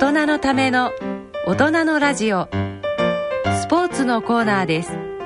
人のための大人のラジオ、スポーツのコーナーです。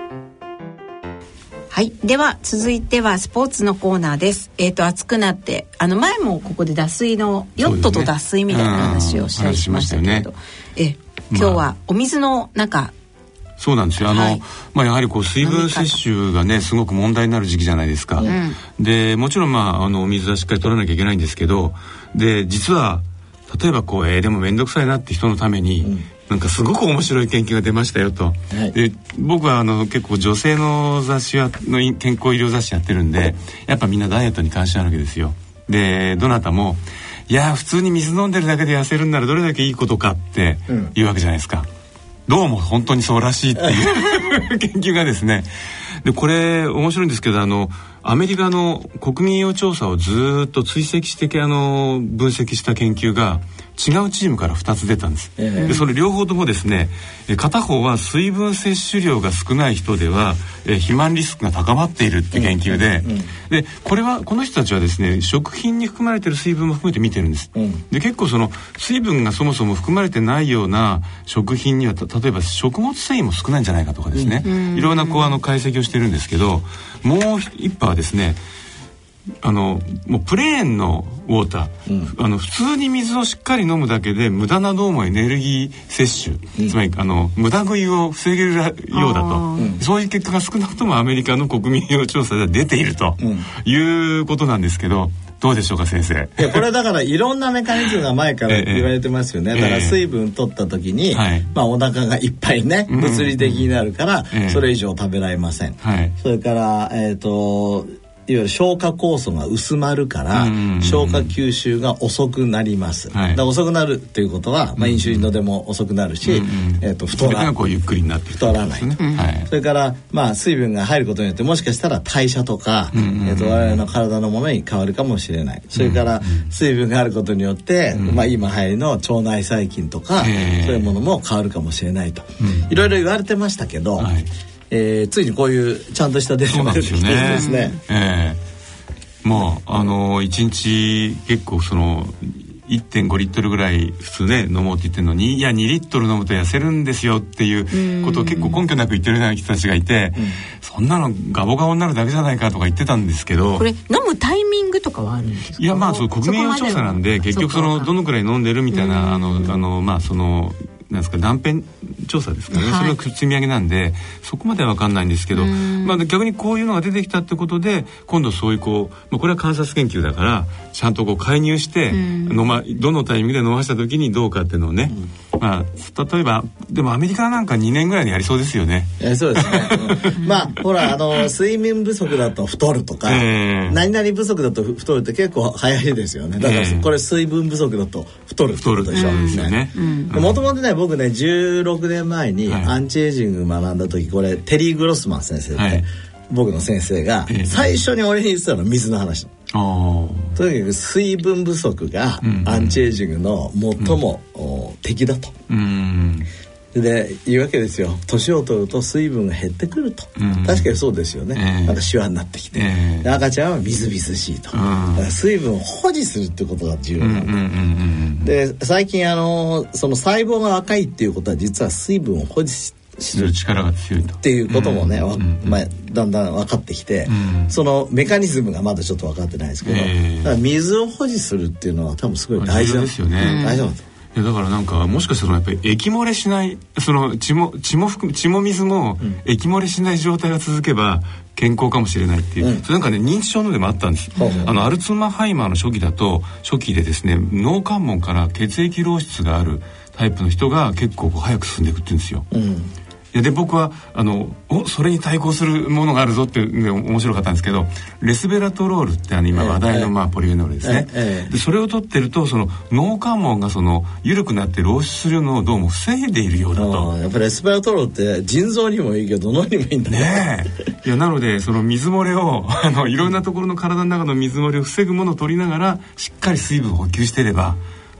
はい、では続いてはスポーツのコーナーです。暑くなって前もここで脱水のヨットと脱水みたいな話をしたりしましたけれど、今日はお水の中、 そうなんですよ。やはり水分摂取がねすごく問題になる時期じゃないですか。でもちろんお水はしっかり取らなきゃいけないんですけど、で実は例えばでも面倒くさいなって人のために、なんかすごく面白い研究が出ましたよと。で僕は結構女性の雑誌の健康医療雑誌やってるんで、やっぱみんなダイエットに関心あるわけですよ。でどなたもいや普通に水飲んでるだけで痩せるんならどれだけいいことかっていうわけじゃないですか。どうも本当にそうらしいっていう研究がですね。でこれ面白いんですけど、アメリカの国民栄養調査をずっと追跡して分析した研究が違うチームから2つ出たんです。でそれ両方ともですね、片方は水分摂取量が少ない人では肥満リスクが高まっているっていう研究で、でこの人たちはですね食品に含まれている水分も含めて見てるんです。で結構その水分がそもそも含まれてないような食品には例えば食物繊維も少ないんじゃないかとかですね、いろんな解析をしてるんですけど、もう一派はですねもうプレーンのウォーター、普通に水をしっかり飲むだけで無駄などうもエネルギー摂取、つまり無駄食いを防げるようだと、そういう結果が少なくともアメリカの国民栄養調査では出ているということなんですけど、どうでしょうか先生。 これだからいろんなメカニズムが前から言われてますよね。だから水分取った時に、お腹がいっぱいね物理的になるから、それ以上食べられません。それからいわゆる消化酵素が薄まるから、消化吸収が遅くなります。だから遅くなるっていうことは、インシュリンの出も遅くなるし、太らない。それから水分が入ることによってもしかしたら代謝とか、我々の体のものに変わるかもしれない。それから水分があることによって、今流行りの腸内細菌とか、そういうものも変わるかもしれないと、いろいろ言われてましたけど、ついにこういうちゃんとしたデータが出てきてるんですね。 もう1日結構1.5 リットルぐらい普通ね飲もうって言ってるのに、いや2リットル飲むと痩せるんですよっていうことを結構根拠なく言ってるような人たちがいて、そんなのガボガボになるだけじゃないかとか言ってたんですけど、 これ飲むタイミングとかはあるんですか？ いや国民栄養調査なんで結局どのくらい飲んでるみたいななんですか断片調査ですかね、それの積み上げなんでそこまでは分かんないんですけど、逆にこういうのが出てきたってことで今度そういうこれは観察研究だからちゃんと介入してどのタイミングで飲ました時にどうかっていうのをね、例えばでもアメリカなんか2年ぐらいにやりそうですよね。 そうですね。ほら睡眠不足だと太るとか、何々不足だと太るって結構早いですよね。だからこれ水分不足だと太るってことでしょ。 ですよね。 もともとね僕ね16年前にアンチエイジング学んだ時、これテリー・グロスマン先生って、僕の先生が最初に俺に言ってたのは水の話。とにかく水分不足がアンチエイジングの最も敵だと。で言うわけですよ。年を取ると水分が減ってくると、確かにそうですよね。なんかシワになってきて、赤ちゃんはみずみずしいと、だから水分を保持するってことが重要なんだ。で最近その細胞が赤いっていうことは実は水分を保持する力が強いとっていうこともね、だんだん分かってきて、そのメカニズムがまだちょっと分かってないですけど、だから水を保持するっていうのは多分すごい大事ですよね。 大事なんです。 だからなんかもしかしたらやっぱり液漏れしない血も水も液漏れしない状態が続けば健康かもしれないっていう、それなんかね認知症のでもあったんです。アルツハイマーの初期でですね脳関門から血液漏出があるタイプの人が結構早く進んでいくって言うんですよ。で僕はそれに対抗するものがあるぞっていうのが面白かったんですけど、レスベラトロールって今話題のポリフェノールですね。でそれを取ってると脳関門が緩くなって漏出するのをどうも防いでいるようだと。 やっぱりレスベラトロールって腎臓にもいいけど脳にもいいんだね。いやなので水漏れをいろんなところの体の中の水漏れを防ぐものを取りながらしっかり水分を補給していれば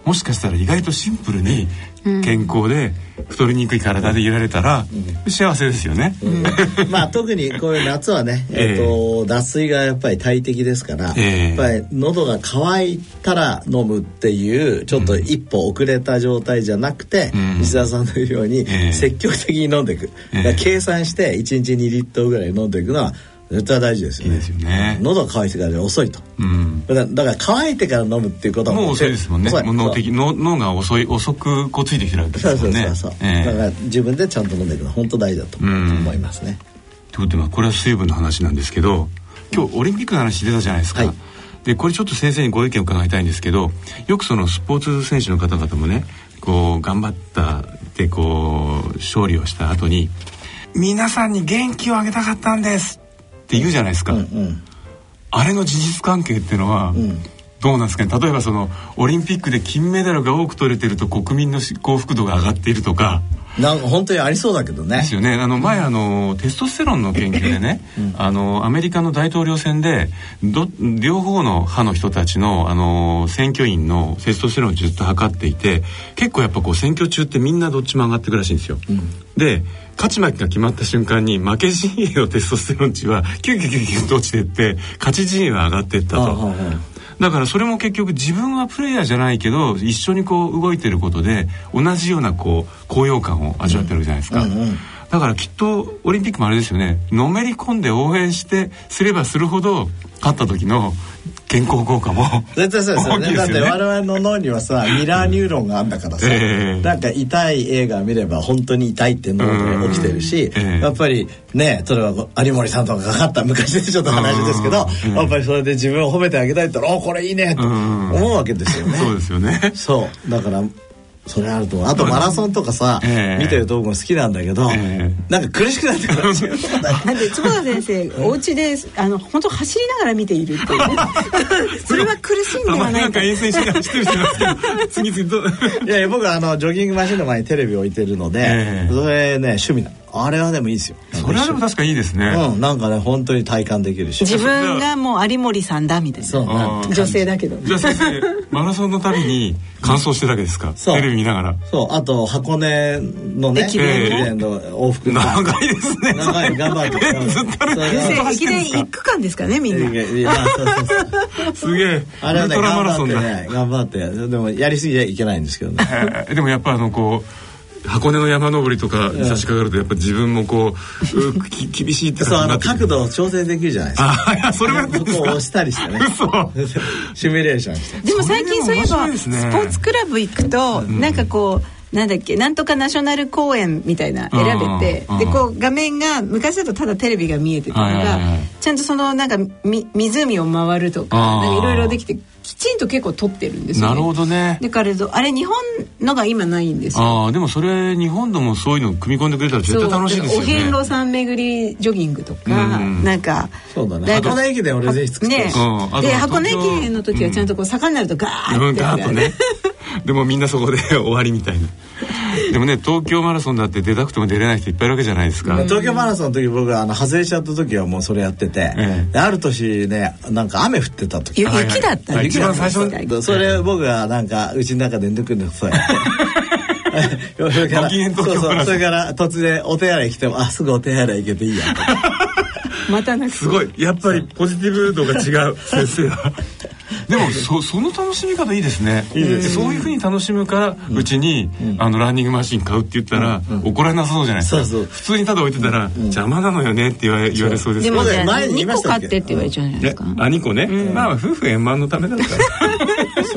もしかしたら意外とシンプルに健康で太りにくい体でいられたら幸せですよね。 まあ特にこういう夏はね、脱水がやっぱり大敵ですから、やっぱり喉が渇いたら飲むっていうちょっと一歩遅れた状態じゃなくて、石田さんの言うように積極的に飲んでいく、計算して1日2リットルぐらい飲んでいくのは絶対大事ですよね。 いいですよね。 喉が渇いてからじゃ遅いと、だから乾いてから飲むっていうことはもう遅いですもんね。もう脳が遅くこうついてきてるわけですもんね。 そうだから自分でちゃんと飲んでいくのは本当大事だと思いますね。 ということでこれは水分の話なんですけど、今日オリンピックの話出たじゃないですか。でこれちょっと先生にご意見を伺いたいんですけど、よくそのスポーツ選手の方々もね、こう頑張ったでこう勝利をした後に皆さんに元気をあげたかったんですって言うじゃないですか。あれの事実関係っていうのはどうなんですかね。例えばそのオリンピックで金メダルが多く取れてると国民の幸福度が上がっているとか、 なんか本当にありそうだけどね。 ですよね。前テストステロンの研究でね、アメリカの大統領選で両方の派の人たちの選挙員のテストステロンをずっと測っていて、結構やっぱこう選挙中ってみんなどっちも上がってくるらしいんですよ。で勝ち負けが決まった瞬間に負け陣営のテストステロン値はキュキュキュキュッと落ちていって勝ち陣営は上がっていったと。だからそれも結局自分はプレイヤーじゃないけど一緒にこう動いてることで同じようなこう高揚感を味わってるじゃないですか。だからきっとオリンピックもあれですよね。のめり込んで応援してすればするほど勝った時の健康効果も絶対そうですよね。だって我々の脳にはさミラーニューロンがあんだからさ、なんか痛い映画見れば本当に痛いって脳で起きてるし、やっぱりね、それは有森さんとかがかった昔でちょっと話ですけど、やっぱりそれで自分を褒めてあげたいって言ったら、これいいねと思うわけですよね。 そうですよね。 そうだからそれあると、あとマラソンとかさ、見てると僕も好きなんだけど、なんか苦しくなってくる。 なんで坪田先生お家で本当走りながら見ているっていうね。それは苦しいんではないか。 なんか遠征して走ってる人ですけど、次々といや僕はジョギングマシンの前にテレビを置いてるので、それね趣味なの。あれはでもいいですよ。 それはでも確かにいいですね。 なんかね本当に体感できるし、 自分がもう有森さんだみたいな。そう女性だけど。 じゃあ先生マラソンのたびに完走してるわけですか。テレビ見ながら。 そう、あと箱根のね駅伝の往復長いですね。 長い頑張って。 ずっと駅伝一区間ですかねみんな。 すげえ。 あれはね頑張ってでもやりすぎちゃいけないんですけどね。 でもやっぱこう箱根の山登りとか差し掛かるとやっぱ自分もこう厳しいって感じになって角度を調整できるじゃないですか。 いやそれはこう押したりしてね。シミュレーションして。 でも最近そういえばスポーツクラブ行くとなんかこうなんだっけ、なんとかナショナル公園みたいな選べて、でこう画面が昔だとただテレビが見えてたのがちゃんとそのなんか湖を回るとかいろいろできてきちんと結構撮ってるんですよね。 なるほどね。 だからあれ日本のが今ないんですよ。 でもそれ日本でもそういうの組み込んでくれたら絶対楽しいですよね。 お遍路さん巡りジョギングとか、なんかそうだね。箱根駅伝俺ぜひ作ってほしい。 で箱根駅伝の時はちゃんとこう坂になるとガーッてね。でもみんなそこで終わりみたいな。でもね東京マラソンだって出たくても出れない人いっぱいいるわけじゃないですか。 東京マラソンの時僕は外れちゃった時はもうそれやってて、ある年ねなんか雨降ってた時、 雪だった一番最初にそれ僕がなんかうちの中で抜くんですよ。それから突然お手洗い来てもすぐお手洗い行けていいや。 またなんかすごいやっぱりポジティブ度が違う先生は。でもその楽しみ方いいですね。そういう風に楽しむからうちにランニングマシン買うって言ったら怒られなそうじゃないですか。普通にただ置いてたら邪魔なのよねって言われそうですけど。 でも2個買ってって言われちゃうんじゃないですか。 2個ね。まあ夫婦円満のためだから。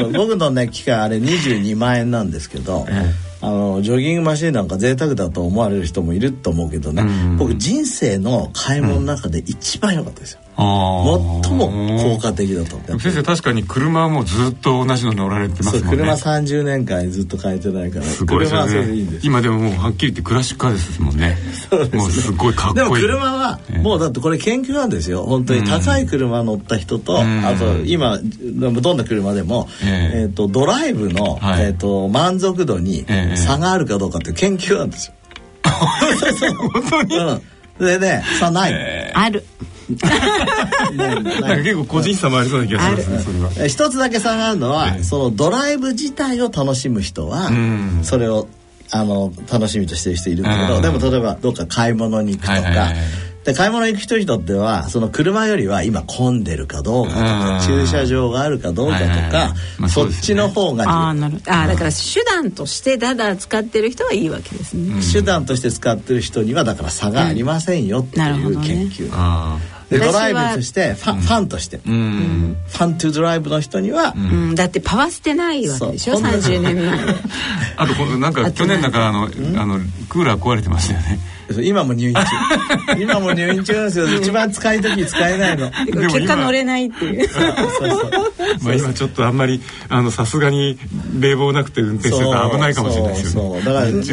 僕のね機械あれ22万円なんですけど。ジョギングマシンなんか贅沢だと思われる人もいると思うけどね、僕人生の買い物の中で一番良かったですよ。最も効果的だと思う。 先生確かに車はもうずっと同じの乗られてますもんね。 車30年間ずっと変えてないから車はそれでいいんです。 今でももうはっきり言ってクラシックカーですもんね。もうすごいかっこいい。 でも車はもうだってこれ研究なんですよ。本当に高い車乗った人と、あと今どんな車でもドライブの満足度に差があるかどうかって研究なんですよ。 本当に。 それで差ない。 ある。 なんか結構個人差もありそうな気がしますね。それは一つだけ差があるのは、そのドライブ自体を楽しむ人は、それを楽しみとしてる人いるんだけど、でも例えばどっか買い物に行くとか、で買い物行く人にとってはその車よりは今混んでるかどうかとか、駐車場があるかどうかとか、そっちの方がだから手段としてただ使ってる人はいいわけですね。 手段として使ってる人にはだから差がありませんよっていう研究、でドライブとしてファンとして、ファントゥドライブの人には、 だってパワしてないわけでしょ、30年前あとなんか去年だからクーラー壊れてましたよね。 今も入院中なんですよ。一番使い時使えないの。 結果乗れないっていう。 まあ今ちょっとあんまりさすがに冷房なくて運転してたら危ないかもしれないですよね。 だから年に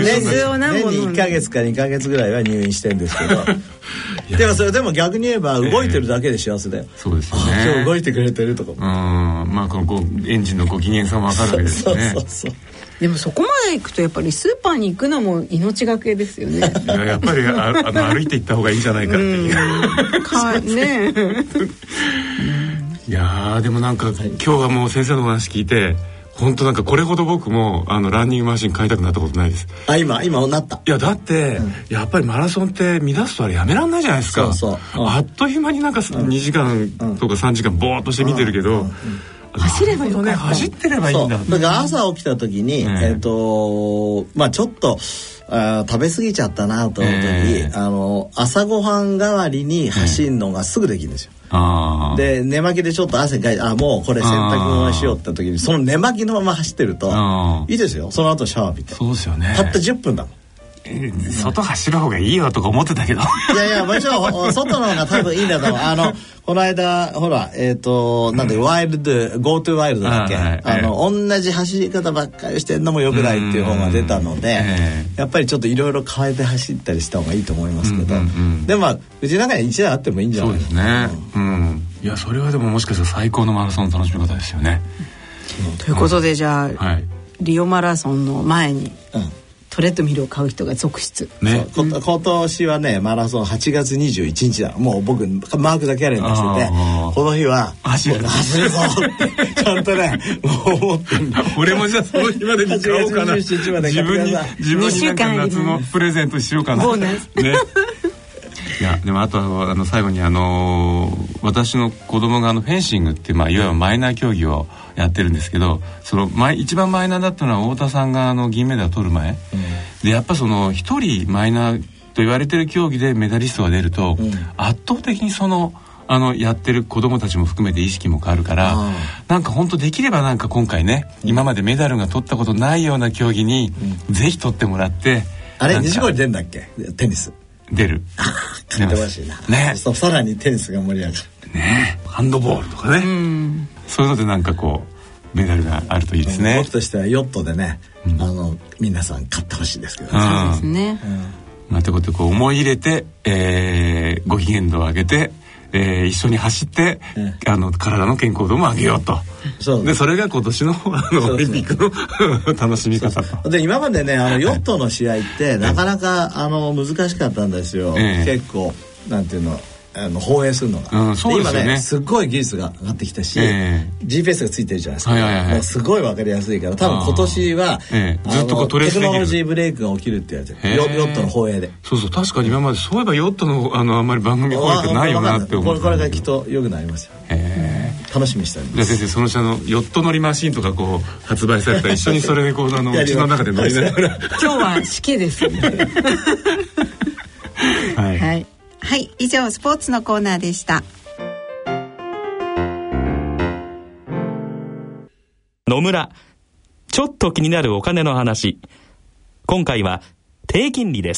1ヶ月か2ヶ月ぐらいは入院してるんですけど。でもそれでも逆に言えば動いてるだけで幸せだよ。 そうですよね。 今日動いてくれてるとか。 まあこのエンジンのご機嫌さもわかるわけですね。 そう。でもそこまで行くとやっぱりスーパーに行くのも命がけですよね。 やっぱり歩いて行った方がいいんじゃないかっていうね。 いやでもなんか今日はもう先生のお話聞いて本当なんかこれほど僕もランニングマシン買いたくなったことないです。 今なった。 いやだって、やっぱりマラソンって乱すとあれやめらんないじゃないですか。あっという間になんか2時間とか3時間ぼーっとして見てるけど、 走ればよかった。 走ってればいいんだ。 だから朝起きた時に、まあちょっと食べ過ぎちゃったなと思う時、朝ごはん代わりに走るのがすぐできるんですよ。で寝巻きでちょっと汗かいてもうこれ洗濯物しようって時にその寝巻きのまま走ってるといいですよ。その後シャワー浴びて。 そうですよね。 たった10分だもん。 外走る方がいいよとか思ってたけど。 いやもちろん外の方が多分いいんだと思う。この間ほらなんでワイルド Go to ワイルドだっけ、同じ走り方ばっかりしてんのも良くないっていう本が出たので、やっぱりちょっといろいろ変えて走ったりした方がいいと思いますけど、でもうちの中に1台あってもいいんじゃないですか。 そうですね。いやそれはでももしかしたら最高のマラソンの楽しみ方ですよね。 ということでじゃあ、リオマラソンの前に、トレッドミルを買う人が続出、 ね。今年はねマラソン8月21日だ。もう僕マークだけやれんだしてて、この日は走るぞってちゃんとねもう思ってんだ。 俺もじゃあその日までに買おうかな。自分になんか夏のプレゼントしようかな。 ボーナスね。 いやでもあとは最後に私の子供がフェンシングっていう、いわゆるマイナー競技をやってるんですけど、その一番マイナーだったのは太田さんが銀メダル取る前、でやっぱその一人マイナーと言われてる競技でメダリストが出ると、圧倒的にやってる子供たちも含めて意識も変わるから、なんか本当できればなんか今回ね、今までメダルが取ったことないような競技に、ぜひ取ってもらって。 西堀出んだっけテニス。 出る。 勝ってほしいな。ね。さらにテニスが盛り上がる。 ね。ハンドボールとかね。そういうのでなんかメダルがあるといいですね。 僕としてはヨットでね、皆さん買ってほしいですけど。 そうですね。 ということで思い入れて、ご機嫌度を上げて、一緒に走って、体の健康度も上げようと。でそれが今年のオリンピックの楽しみ方と。 で今までねヨットの試合ってなかなか難しかったんですよ。結構なんていうの放映するのが、今ねすっごい技術が上がってきたし、GPS がついてるじゃないですか。もうすごい分かりやすいから、多分今年はずっとトレースできるテクノロジーブレイクが起きるって言われてる。ヨットの放映で。 そう確かに今までそういえばヨットのあんまり番組放映ってないよなって思って。 これがきっと良くなりますよ。楽しみにしております。 じゃあ先生その下のヨット乗りマシンとか発売されたら一緒にそれでうちの中で乗りながら。 今日はしけですね。はい、以上スポーツのコーナーでした。 野村、ちょっと気になるお金の話。今回は低金利です。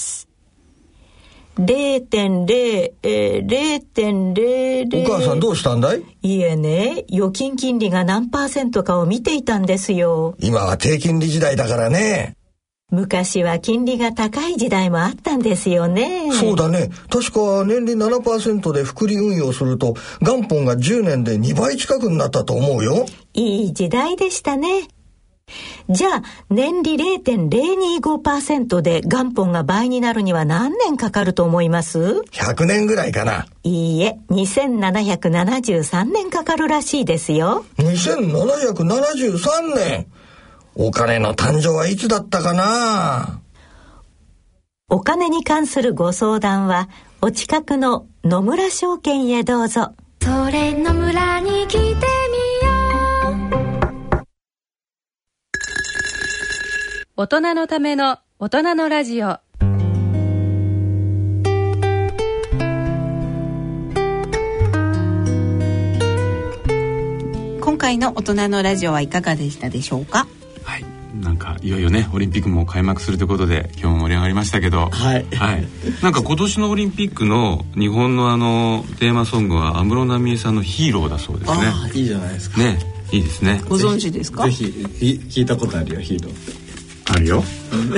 0.00。 お母さんどうしたんだい？ いえね、預金金利が何%かを見ていたんですよ。 今は低金利時代だからね。 昔は金利が高い時代もあったんですよね。 そうだね。確か年利 7% で複利運用すると元本が10年で2倍近くになったと思うよ。 いい時代でしたね。 じゃあ年利 0.025% で元本が倍になるには何年かかると思います？ 100 年ぐらいかな。 いいえ、2773年かかるらしいですよ。 2773年。お金の誕生はいつだったかな。 お金に関するご相談はお近くの野村証券へどうぞ。 それ野村に来てみよう。大人のための大人のラジオ。 今回の大人のラジオはいかがでしたでしょうか？ はい、なんかいよいよねオリンピックも開幕するということで今日も盛り上がりましたけど、 はい、 はい、なんか今年のオリンピックの日本のテーマソングは安室奈美恵さんのヒーローだそうですね。 ああ、いいじゃないですかね、いいですね。 ご存知ですか？ ぜひ聞いたことあるよ、ヒーローって。 あるよ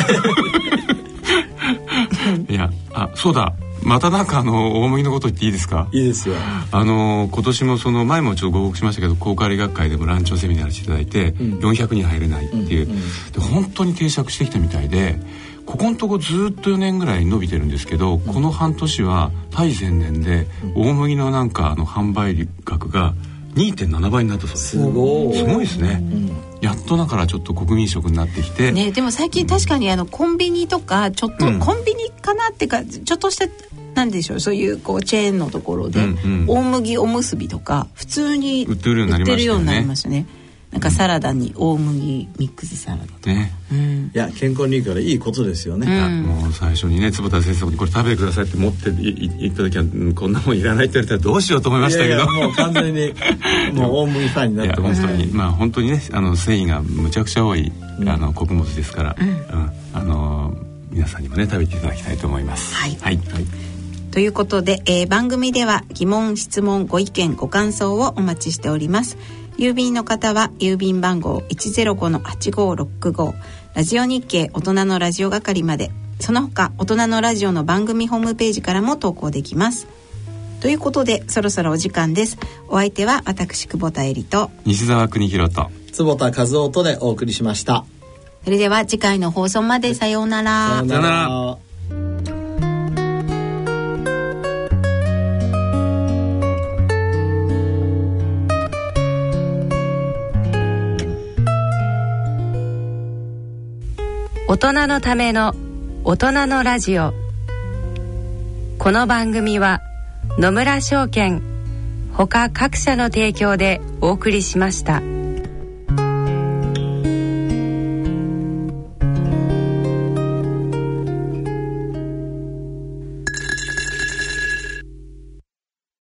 いや、そうだ、またなんか大麦のこと言っていいですか？ いいですよ。 今年も前もちょっとご報告しましたけど、公開理学会でもランチョンセミナーしていただいて、400人入れないっていう、で本当に定着してきたみたいで、ここのとこずっと4年ぐらい伸びてるんですけど、この半年は対前年で大麦のなんか販売額が 2.7 倍になったそうです。 すごいですね、やっとだからちょっと国民食になってきて、 ね、でも最近確かにコンビニとかちょっと、コンビニかなってかちょっとしたなんでしょう、そういうチェーンのところで、大麦おむすびとか普通に売ってるようになりましたね。なんかサラダに大麦ミックスサラダとか、ね、 いや健康にいいからいいことですよね。 もう最初にね坪田先生にこれ食べてくださいって持って行った時は、こんなもんいらないって言われたらどうしようと思いましたけど、 いやいやもう完全にもう大麦ファンになってましたね。 本当にね繊維がむちゃくちゃ多い穀物ですから、皆さんにもね食べていただきたいと思います。 はい、はいはい、ということで、番組では疑問質問ご意見ご感想をお待ちしております。郵便の方は郵便番号 105-8565 ラジオ日経大人のラジオ係まで。その他大人のラジオの番組ホームページからも投稿できます。ということでそろそろお時間です。お相手は私久保田恵里と西澤邦弘と坪田和夫とでお送りしました。 それでは次回の放送までさようなら。 さようなら。 大人のための大人のラジオ。この番組は野村証券ほか各社の提供でお送りしました。